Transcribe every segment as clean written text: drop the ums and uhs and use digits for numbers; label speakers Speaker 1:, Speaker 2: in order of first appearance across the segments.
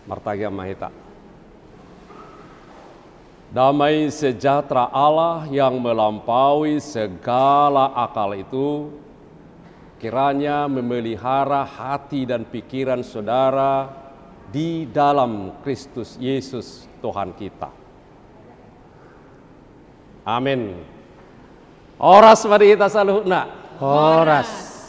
Speaker 1: Martaga Mahita. Damai sejahtera Allah yang melampaui segala akal itu kiranya memelihara hati dan pikiran saudara di dalam Kristus Yesus Tuhan kita. Amin. Oras mari kita saluhna.
Speaker 2: Horas.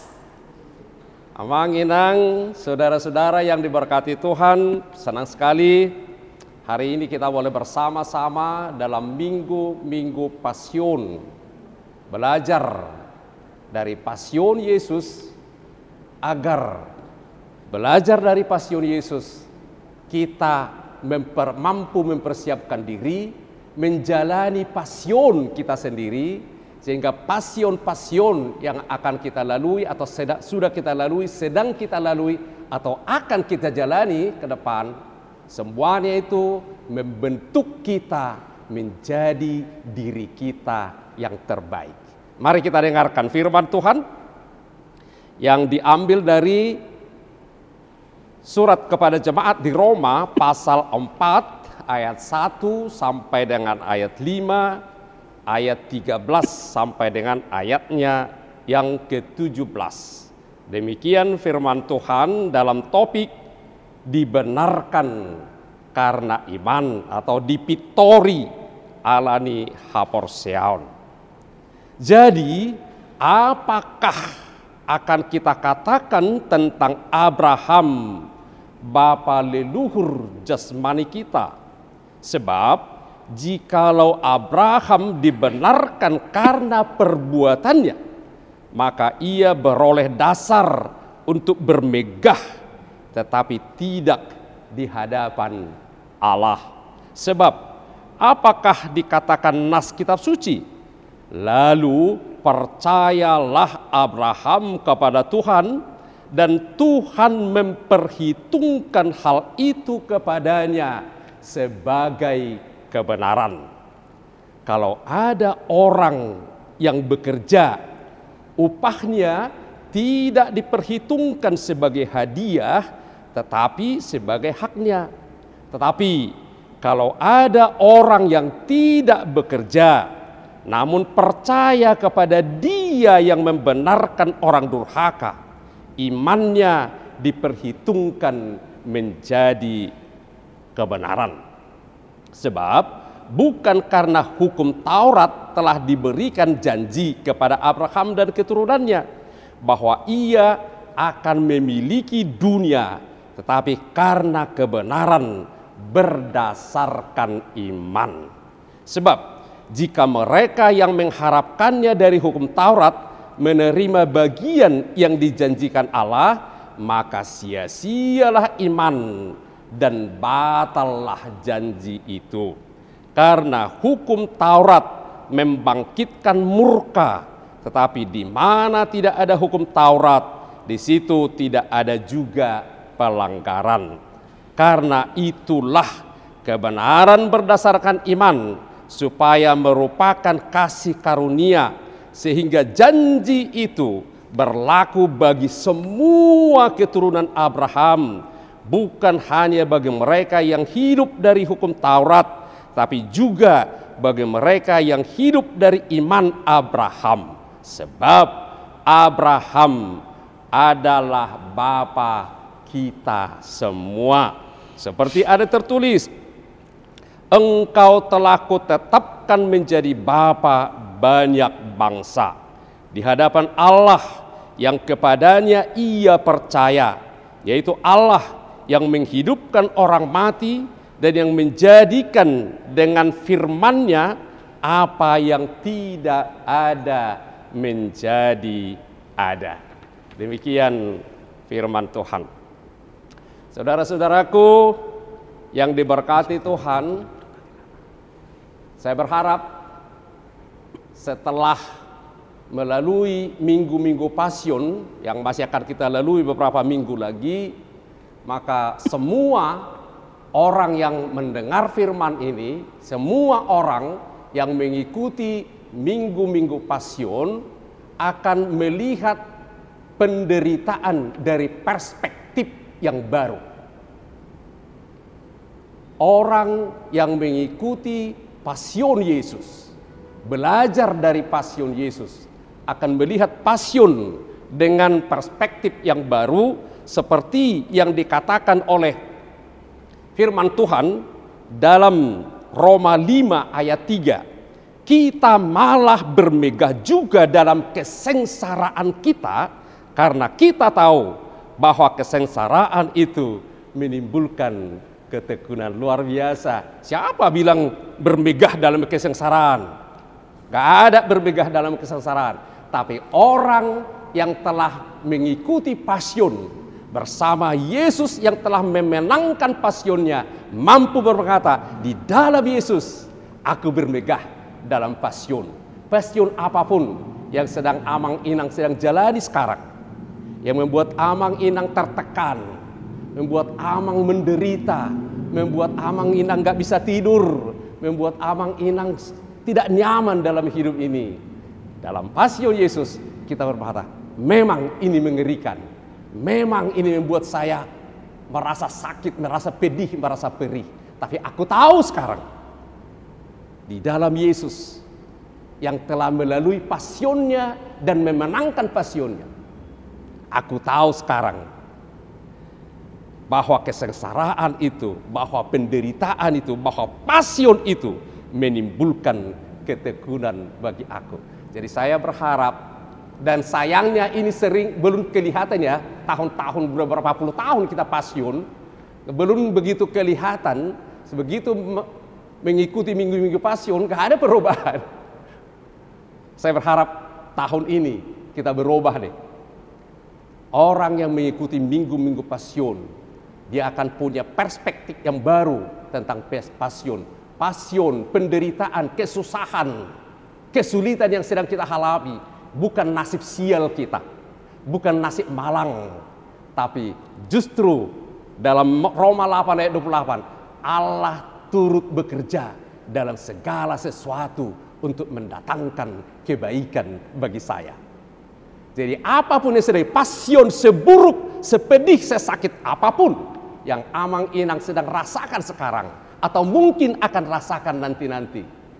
Speaker 1: Amanginang saudara-saudara yang diberkati Tuhan, senang sekali hari ini kita boleh bersama-sama dalam minggu Pasion, belajar dari Pasion Yesus, agar belajar dari Pasion Yesus kita mampu mempersiapkan diri menjalani pasion kita sendiri, sehingga pasion-pasion yang akan kita lalui atau sudah kita lalui, sedang kita lalui atau akan kita jalani ke depan, semuanya itu membentuk kita menjadi diri kita yang terbaik. Mari kita dengarkan firman Tuhan yang diambil dari surat kepada jemaat di Roma pasal 4 ayat 1 sampai dengan ayat 5, ayat 13 sampai dengan ayatnya yang ke-17. Demikian firman Tuhan dalam topik dibenarkan karena iman atau dipitori alani haporseon. Jadi, apakah akan kita katakan tentang Abraham, bapa leluhur jasmani kita? Sebab jikalau Abraham dibenarkan karena perbuatannya, maka ia beroleh dasar untuk bermegah, tetapi tidak di hadapan Allah. Sebab apakah dikatakan nas kitab suci? Lalu percayalah Abraham kepada Tuhan, dan Tuhan memperhitungkan hal itu kepadanya sebagai kebenaran. Kalau ada orang yang bekerja, upahnya tidak diperhitungkan sebagai hadiah, tetapi sebagai haknya. Tetapi kalau ada orang yang tidak bekerja, namun percaya kepada Dia yang membenarkan orang durhaka, imannya diperhitungkan menjadi kebenaran. Sebab bukan karena hukum Taurat telah diberikan janji kepada Abraham dan keturunannya bahwa ia akan memiliki dunia, tetapi karena kebenaran berdasarkan iman. Sebab jika mereka yang mengharapkannya dari hukum Taurat menerima bagian yang dijanjikan Allah, maka sia-sialah iman dan batallah janji itu. Karena hukum Taurat membangkitkan murka, tetapi di mana tidak ada hukum Taurat, di situ tidak ada juga pelanggaran. Karena itulah kebenaran berdasarkan iman, supaya merupakan kasih karunia, sehingga janji itu berlaku bagi semua keturunan Abraham, bukan hanya bagi mereka yang hidup dari hukum Taurat, tapi juga bagi mereka yang hidup dari iman Abraham. Sebab Abraham adalah bapa kita semua. Seperti ada tertulis, engkau telah kutetapkan menjadi bapa banyak bangsa di hadapan Allah yang kepadanya ia percaya, yaitu Allah yang menghidupkan orang mati dan yang menjadikan dengan firman-Nya apa yang tidak ada menjadi ada. Demikian firman Tuhan. Saudara-saudaraku yang diberkati Tuhan, saya berharap setelah melalui minggu-minggu Pasion yang masih akan kita lalui beberapa minggu lagi, maka semua orang yang mendengar firman ini, semua orang yang mengikuti minggu-minggu Pasion akan melihat penderitaan dari perspektif yang baru. Orang yang mengikuti pasion Yesus, belajar dari pasion Yesus, akan melihat pasion dengan perspektif yang baru, seperti yang dikatakan oleh firman Tuhan dalam Roma 5 ayat 3. Kita malah bermegah juga dalam kesengsaraan kita, karena kita tahu bahwa kesengsaraan itu menimbulkan ketekunan. Luar biasa. Siapa bilang bermegah dalam kesengsaraan? Gak ada bermegah dalam kesengsaraan. Tapi orang yang telah mengikuti pasion bersama Yesus, yang telah memenangkan pasionnya, mampu berkata, di dalam Yesus aku bermegah dalam pasion. Pasion apapun yang sedang Amang Inang sedang jalani sekarang, yang membuat Amang Inang tertekan, membuat Amang menderita, membuat Amang Inang gak bisa tidur, membuat Amang Inang tidak nyaman dalam hidup ini. Dalam pasion Yesus kita berkata, memang ini mengerikan, memang ini membuat saya merasa sakit, merasa pedih, merasa perih. Tapi aku tahu sekarang, di dalam Yesus yang telah melalui pasionnya dan memenangkan pasionnya, aku tahu sekarang bahwa kesengsaraan itu, bahwa penderitaan itu, bahwa pasion itu menimbulkan ketekunan bagi aku. Jadi saya berharap, dan sayangnya ini sering belum kelihatan ya, tahun-tahun beberapa puluh tahun kita pasion, belum begitu kelihatan. Sebegitu mengikuti minggu-minggu pasion, gak ada perubahan. Saya berharap tahun ini kita berubah deh. Orang yang mengikuti minggu-minggu pasion, dia akan punya perspektif yang baru tentang pasion. Pasion, penderitaan, kesusahan, kesulitan yang sedang kita hadapi bukan nasib sial kita, bukan nasib malang, tapi justru dalam Roma 8 ayat 28, Allah turut bekerja dalam segala sesuatu untuk mendatangkan kebaikan bagi saya. Jadi apapun yang sedang pasion, seburuk, sepedih, sesakit apapun yang Amang Inang sedang rasakan sekarang, atau mungkin akan rasakan nanti-nanti,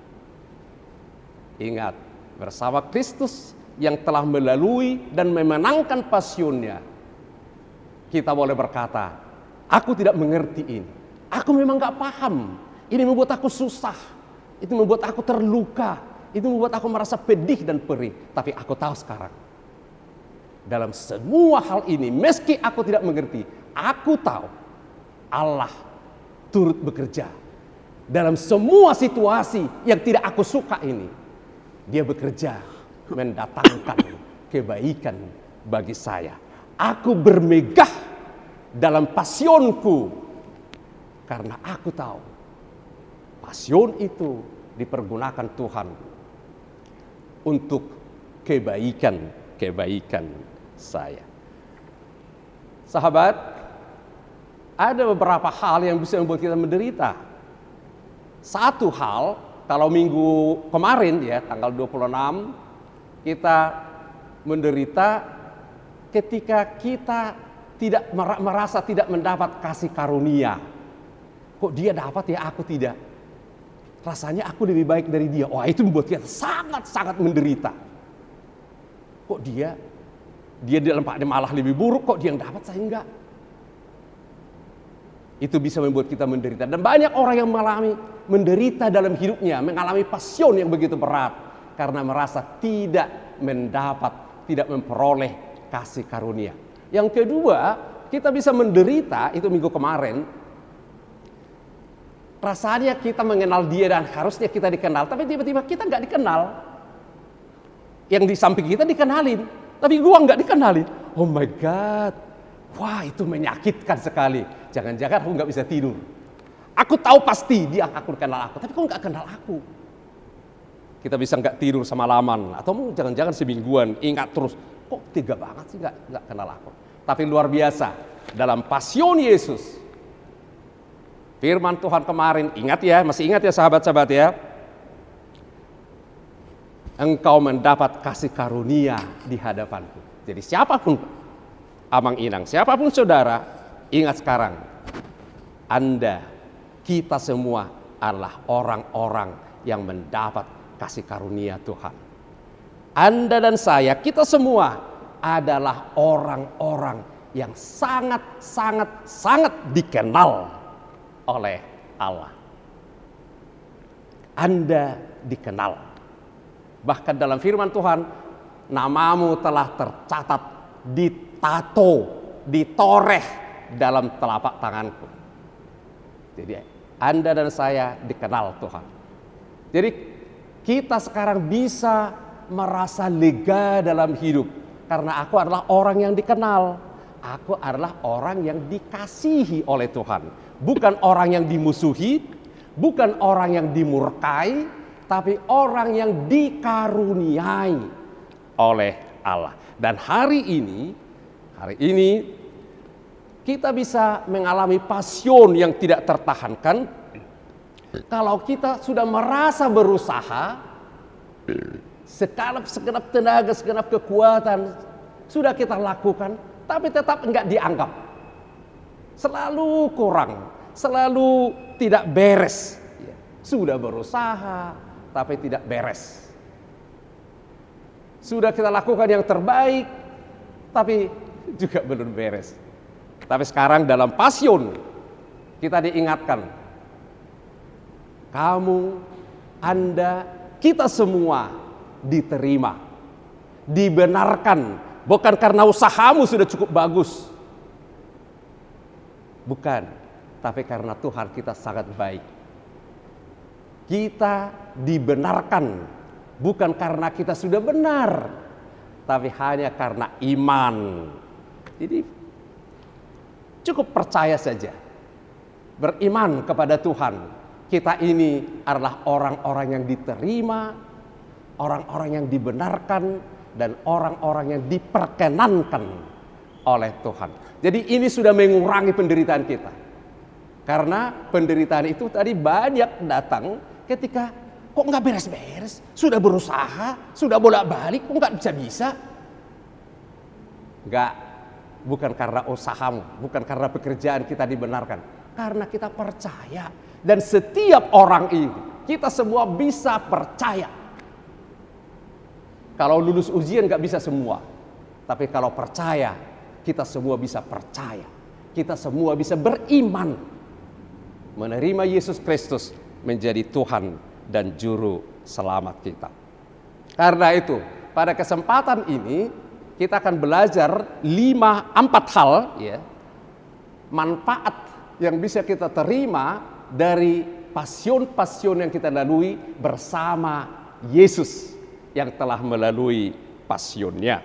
Speaker 1: ingat, bersama Kristus yang telah melalui dan memenangkan pasionnya, kita boleh berkata, aku tidak mengerti ini, aku memang gak paham, ini membuat aku susah, itu membuat aku terluka, itu membuat aku merasa pedih dan perih. Tapi aku tahu sekarang, dalam semua hal ini, meski aku tidak mengerti, aku tahu Allah turut bekerja dalam semua situasi yang tidak aku suka ini. Dia bekerja mendatangkan kebaikan bagi saya. Aku bermegah dalam pasionku karena aku tahu pasion itu dipergunakan Tuhan untuk kebaikan saya. Sahabat, ada beberapa hal yang bisa membuat kita menderita. Satu hal, kalau minggu kemarin ya, tanggal 26, kita menderita ketika kita tidak merasa tidak mendapat kasih karunia. Kok dia dapat ya, aku tidak? Rasanya aku lebih baik dari dia. Wah, itu membuat kita sangat-sangat menderita. Kok dia dalam keadaan malah lebih buruk, kok dia yang dapat, saya enggak? Itu bisa membuat kita menderita. Dan banyak orang yang menderita dalam hidupnya, mengalami pasion yang begitu berat karena merasa tidak mendapat, tidak memperoleh kasih karunia. Yang kedua, kita bisa menderita, itu minggu kemarin, rasanya kita mengenal dia dan harusnya kita dikenal, tapi tiba-tiba kita nggak dikenal. Yang di samping kita dikenalin, tapi gua nggak dikenalin. Oh my God, wah itu menyakitkan sekali. Jangan-jangan aku nggak bisa tidur. Aku tahu pasti dia akan kenal aku, tapi kok nggak kenal aku. Kita bisa nggak tidur semalaman, atau jangan-jangan semingguan ingat terus, kok tega banget sih nggak kenal aku. Tapi luar biasa, dalam pasion Yesus, firman Tuhan kemarin, ingat ya, masih ingat ya sahabat-sahabat ya, engkau mendapat kasih karunia di hadapanku. Jadi siapapun Amang Inang, siapapun saudara, ingat sekarang, Anda kita semua adalah orang-orang yang mendapat kasih karunia Tuhan. Anda dan saya, kita semua adalah orang-orang yang sangat dikenal oleh Allah. Anda dikenal. Bahkan dalam firman Tuhan, namamu telah tercatat, ditato, ditoreh dalam telapak tanganku. Jadi Anda dan saya dikenal Tuhan. Jadi kita sekarang bisa merasa lega dalam hidup karena aku adalah orang yang dikenal. Aku adalah orang yang dikasihi oleh Tuhan. Bukan orang yang dimusuhi, bukan orang yang dimurkai, tapi orang yang dikaruniai oleh Allah. Dan hari ini kita bisa mengalami passion yang tidak tertahankan kalau kita sudah merasa berusaha, segenap tenaga, segenap kekuatan sudah kita lakukan, tapi tetap enggak dianggap. Selalu kurang, selalu tidak beres. Sudah berusaha, tapi tidak beres. Sudah kita lakukan yang terbaik, tapi juga belum beres. Tapi sekarang dalam passion kita diingatkan, kamu, Anda, kita semua diterima, dibenarkan, bukan karena usahamu sudah cukup bagus, bukan, tapi karena Tuhan kita sangat baik. Kita dibenarkan bukan karena kita sudah benar, tapi hanya karena iman. Jadi cukup percaya saja, beriman kepada Tuhan. Kita ini adalah orang-orang yang diterima, orang-orang yang dibenarkan, dan orang-orang yang diperkenankan oleh Tuhan. Jadi ini sudah mengurangi penderitaan kita. Karena penderitaan itu tadi banyak datang ketika kok nggak beres-beres, sudah berusaha, sudah bolak-balik, kok nggak bisa-bisa. Bukan karena usahamu, bukan karena pekerjaan kita dibenarkan, karena kita percaya. Dan setiap orang ini, kita semua bisa percaya. Kalau lulus ujian nggak bisa semua, tapi kalau percaya, kita semua bisa percaya. Kita semua bisa beriman, menerima Yesus Kristus menjadi Tuhan dan Juru Selamat kita. Karena itu, pada kesempatan ini kita akan belajar 4 hal, ya, manfaat yang bisa kita terima dari passion yang kita lalui bersama Yesus yang telah melalui passionnya.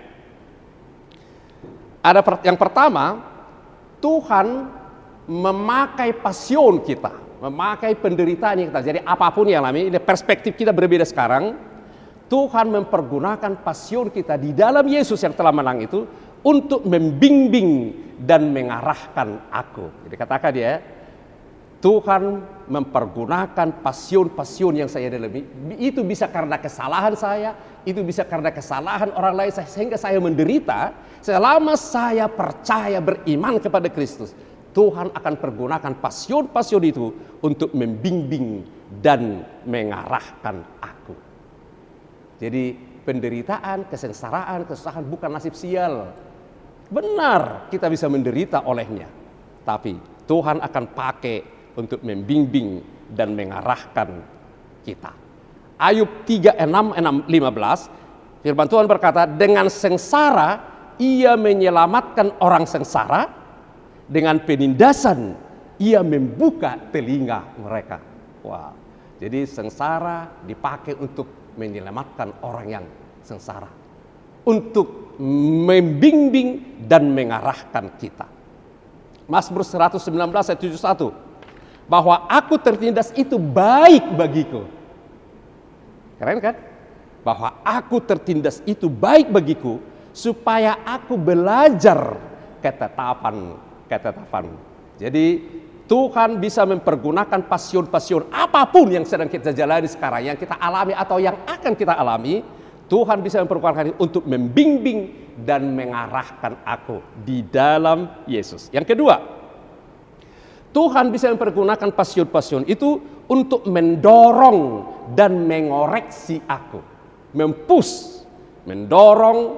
Speaker 1: Ada yang pertama, Tuhan memakai passion kita, memakai penderitaan kita. Jadi apapun yang alami, perspektif kita berbeda sekarang. Tuhan mempergunakan passion kita di dalam Yesus yang telah menang itu untuk membimbing dan mengarahkan aku. Jadi katakan dia, Tuhan mempergunakan passion yang saya alami. Itu bisa karena kesalahan saya, itu bisa karena kesalahan orang lain, sehingga saya menderita. Selama saya percaya beriman kepada Kristus, Tuhan akan pergunakan passion itu untuk membimbing dan mengarahkan aku. Jadi penderitaan, kesengsaraan, kesusahan bukan nasib sial. Benar kita bisa menderita olehnya, tapi Tuhan akan pakai untuk membimbing dan mengarahkan kita. Ayub 3:6-15, firman Tuhan berkata, dengan sengsara ia menyelamatkan orang sengsara, dengan penindasan ia membuka telinga mereka. Wah, jadi sengsara dipakai untuk menyelamatkan orang yang sengsara, untuk membimbing dan mengarahkan kita. Mazmur 119:71, bahwa aku tertindas itu baik bagiku. Keren kan? Bahwa aku tertindas itu baik bagiku, supaya aku belajar ketetapan. Jadi Tuhan bisa mempergunakan passion apapun yang sedang kita jalani sekarang, yang kita alami atau yang akan kita alami. Tuhan bisa mempergunakan untuk membimbing dan mengarahkan aku di dalam Yesus. Yang kedua, Tuhan bisa mempergunakan passion-passion itu untuk mendorong dan mengoreksi aku. Mempush, mendorong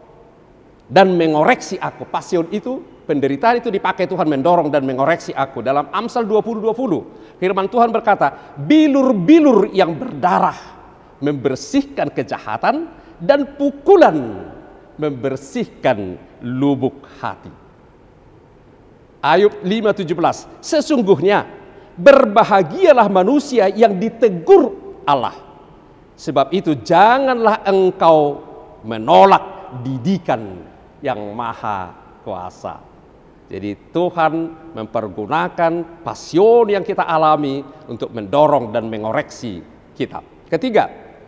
Speaker 1: dan mengoreksi aku. Passion itu, penderitaan itu dipakai Tuhan mendorong dan mengoreksi aku. Dalam Amsal 20:20, firman Tuhan berkata, bilur-bilur yang berdarah membersihkan kejahatan dan pukulan membersihkan lubuk hati. Ayub 5:17, sesungguhnya berbahagialah manusia yang ditegur Allah. Sebab itu janganlah engkau menolak didikan yang maha kuasa. Jadi Tuhan mempergunakan passion yang kita alami untuk mendorong dan mengoreksi kita. Ketiga,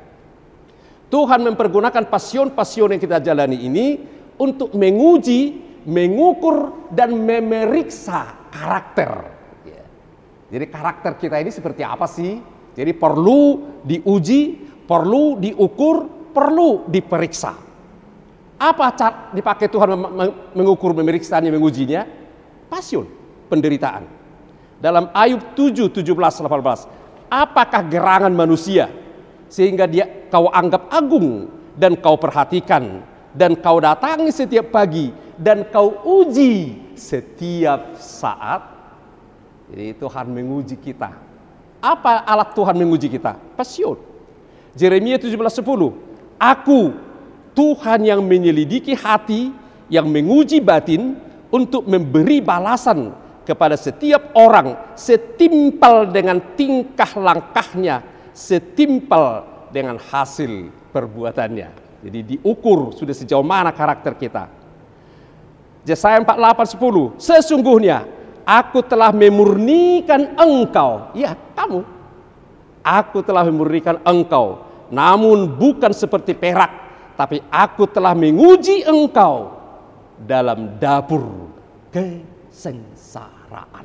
Speaker 1: Tuhan mempergunakan passion-passion yang kita jalani ini untuk menguji, mengukur dan memeriksa karakter. Jadi karakter kita ini seperti apa sih? Jadi perlu diuji, perlu diukur, perlu diperiksa. Apa cara dipakai Tuhan mengukur, memeriksanya, mengujinya? Passion, penderitaan. Dalam Ayub 7:17-18, apakah gerangan manusia sehingga kau anggap agung dan kau perhatikan dan kau datangi setiap pagi dan kau uji setiap saat? Jadi Tuhan menguji kita. Apa alat Tuhan menguji kita? Passion. Yeremia 17:10, aku Tuhan yang menyelidiki hati, yang menguji batin untuk memberi balasan kepada setiap orang setimpal dengan tingkah langkahnya, setimpal dengan hasil perbuatannya. Jadi diukur sudah sejauh mana karakter kita. Yesaya 48:10, sesungguhnya aku telah memurnikan engkau. Ya, kamu. Aku telah memurnikan engkau, namun bukan seperti perak, tapi aku telah menguji engkau dalam dapur kesengsaraan.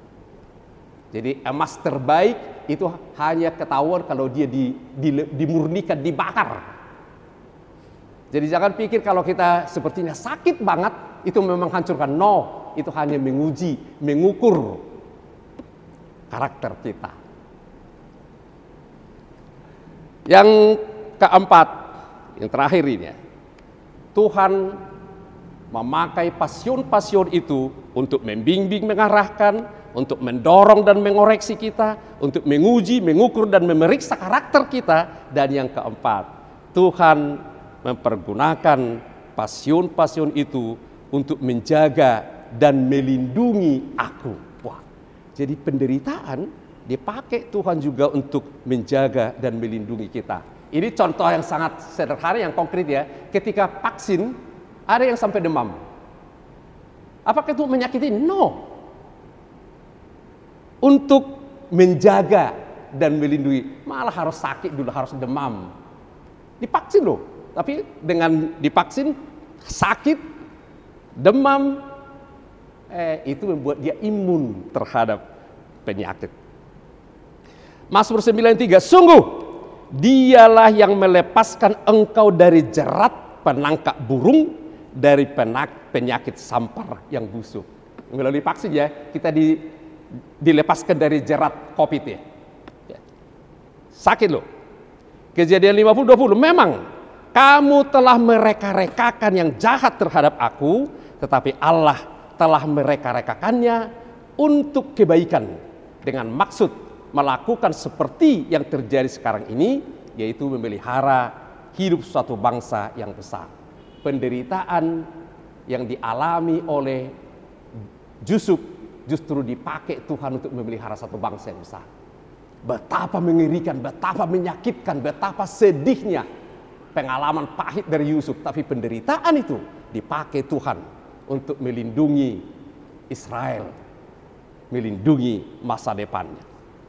Speaker 1: Jadi emas terbaik itu hanya ketahuan kalau dia dimurnikan, dibakar. Jadi jangan pikir kalau kita sepertinya sakit banget, itu memang hancurkan. No, itu hanya menguji, mengukur karakter kita. Yang keempat, yang terakhir ini, Tuhan memakai passion-passion itu untuk membimbing, mengarahkan, untuk mendorong dan mengoreksi kita, untuk menguji, mengukur dan memeriksa karakter kita. Dan yang keempat, Tuhan mempergunakan passion-passion itu untuk menjaga dan melindungi aku. Wah, jadi penderitaan dipakai Tuhan juga untuk menjaga dan melindungi kita. Ini contoh yang sangat sederhana, yang konkret ya. Ketika vaksin, ada yang sampai demam. Apakah itu menyakiti? No. Untuk menjaga dan melindungi, malah harus sakit dulu, harus demam. Divaksin loh, tapi dengan divaksin sakit, demam, itu membuat dia imun terhadap penyakit. Mazmur 9:3, sungguh dialah yang melepaskan engkau dari jerat penangkap burung, dari penyakit sampar yang busuk. Melalui vaksin ya, kita dilepaskan dari jerat COVID ya. Sakit loh. Kejadian 50:20, memang kamu telah mereka-rekakan yang jahat terhadap aku, tetapi Allah telah mereka-rekakannya untuk kebaikan, dengan maksud melakukan seperti yang terjadi sekarang ini, yaitu memelihara hidup suatu bangsa yang besar. Penderitaan yang dialami oleh Yusuf justru dipakai Tuhan untuk memelihara satu bangsa yang besar. Betapa mengerikan, betapa menyakitkan, betapa sedihnya pengalaman pahit dari Yusuf, tapi penderitaan itu dipakai Tuhan untuk melindungi Israel, melindungi masa depannya.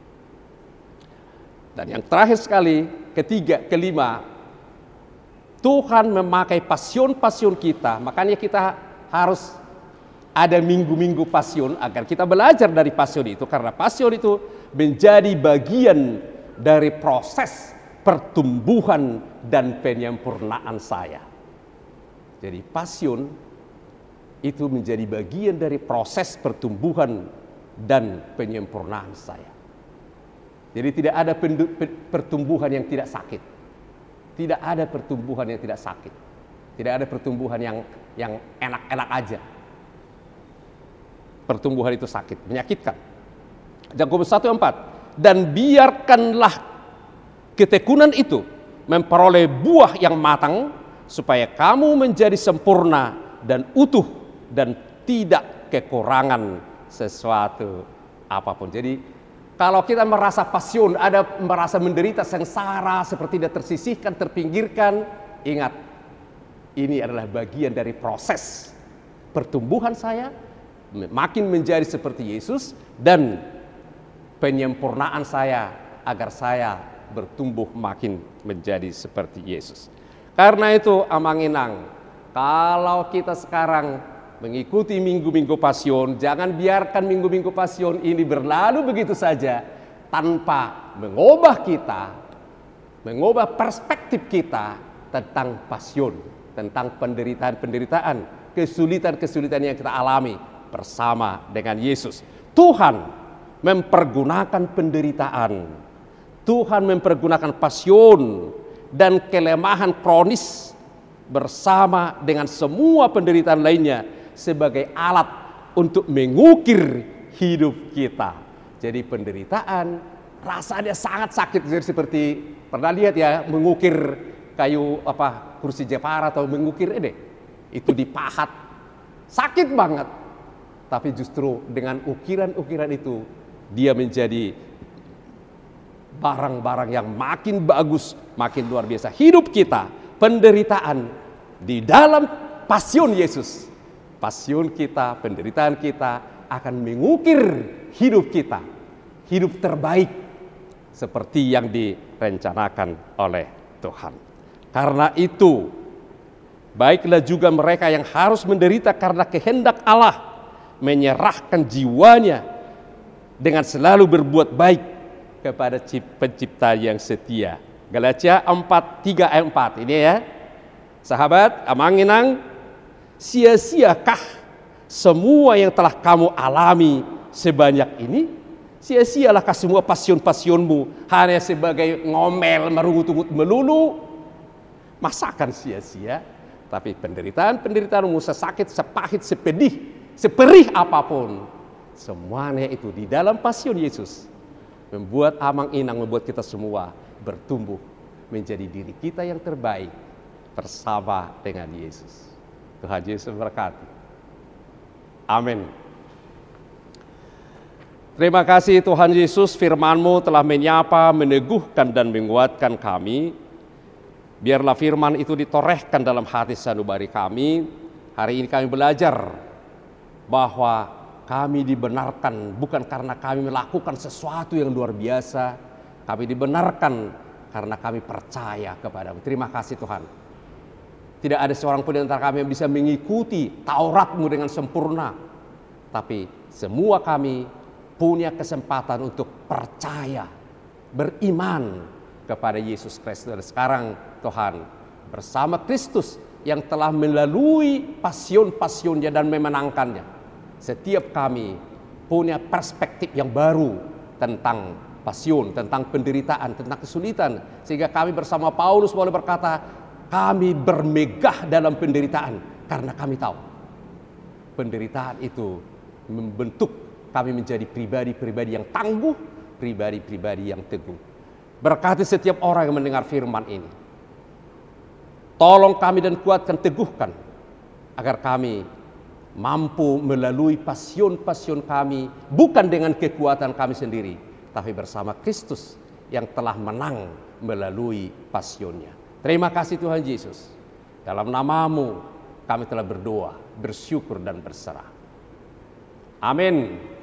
Speaker 1: Dan yang terakhir sekali, ketiga, kelima, Tuhan memakai passion-passion kita. Makanya kita harus ada minggu-minggu passion agar kita belajar dari passion itu, karena passion itu menjadi bagian dari proses pertumbuhan dan penyempurnaan saya. Jadi passion itu menjadi bagian dari proses pertumbuhan dan penyempurnaan saya. Jadi tidak ada pertumbuhan yang tidak sakit. Tidak ada pertumbuhan yang tidak sakit. Tidak ada pertumbuhan yang enak-enak aja. Pertumbuhan itu sakit, menyakitkan. Yakobus 1:4, dan biarkanlah ketekunan itu memperoleh buah yang matang, supaya kamu menjadi sempurna dan utuh dan tidak kekurangan sesuatu apapun. Jadi kalau kita merasa passion, merasa menderita, sengsara, seperti tidak tersisihkan, terpinggirkan, ingat, ini adalah bagian dari proses pertumbuhan saya, makin menjadi seperti Yesus, dan penyempurnaan saya agar saya bertumbuh makin menjadi seperti Yesus. Karena itu Amang-Inang, kalau kita sekarang mengikuti minggu-minggu passion, jangan biarkan minggu-minggu passion ini berlalu begitu saja tanpa mengubah perspektif kita tentang passion, tentang penderitaan-penderitaan, kesulitan-kesulitan yang kita alami bersama dengan Yesus. Tuhan mempergunakan penderitaan, Tuhan mempergunakan passion dan kelemahan kronis bersama dengan semua penderitaan lainnya sebagai alat untuk mengukir hidup kita. Jadi penderitaan rasanya sangat sakit, seperti pernah lihat ya, mengukir kayu kursi Jepara atau mengukir itu dipahat, sakit banget. Tapi justru dengan ukiran-ukiran itu dia menjadi barang-barang yang makin bagus, makin luar biasa. Hidup kita, penderitaan di dalam passion Yesus, passion kita, penderitaan kita akan mengukir hidup kita, hidup terbaik seperti yang direncanakan oleh Tuhan. Karena itu, baiklah juga mereka yang harus menderita karena kehendak Allah, menyerahkan jiwanya dengan selalu berbuat baik kepada pencipta yang setia. Galatia 4:3-4 ini ya. Sahabat, Amang-Inang, sia-siakah semua yang telah kamu alami sebanyak ini? Sia-sialahkah semua passion-passionmu hanya sebagai ngomel, merungut-ungut melulu? Masakan sia-sia? Tapi penderitaan-penderitaanmu, sesakit, sepahit, seperih apapun, semuanya itu di dalam passion Yesus membuat Amang-Inang, membuat kita semua bertumbuh menjadi diri kita yang terbaik bersama dengan Yesus. Tuhan Yesus berkati. Amin. Terima kasih Tuhan Yesus, firman-Mu telah menyapa, meneguhkan dan menguatkan kami. Biarlah firman itu ditorehkan dalam hati sanubari kami. Hari ini kami belajar bahwa kami dibenarkan bukan karena kami melakukan sesuatu yang luar biasa. Kami dibenarkan karena kami percaya kepada-Mu. Terima kasih Tuhan. Tidak ada seorang pun di antara kami yang bisa mengikuti Taurat-Mu dengan sempurna. Tapi semua kami punya kesempatan untuk percaya, beriman kepada Yesus Kristus. Dan sekarang Tuhan, bersama Kristus yang telah melalui passion-passionnya dan memenangkannya, setiap kami punya perspektif yang baru tentang passion, tentang penderitaan, tentang kesulitan. Sehingga kami bersama Paulus boleh berkata, kami bermegah dalam penderitaan karena kami tahu penderitaan itu membentuk kami menjadi pribadi-pribadi yang tangguh, pribadi-pribadi yang teguh. Berkati setiap orang yang mendengar firman ini. Tolong kami dan kuatkan, teguhkan agar kami mampu melalui passion-passion kami, bukan dengan kekuatan kami sendiri, tapi bersama Kristus yang telah menang melalui passionnya. Terima kasih Tuhan Yesus. Dalam nama-Mu kami telah berdoa, bersyukur dan berserah. Amin.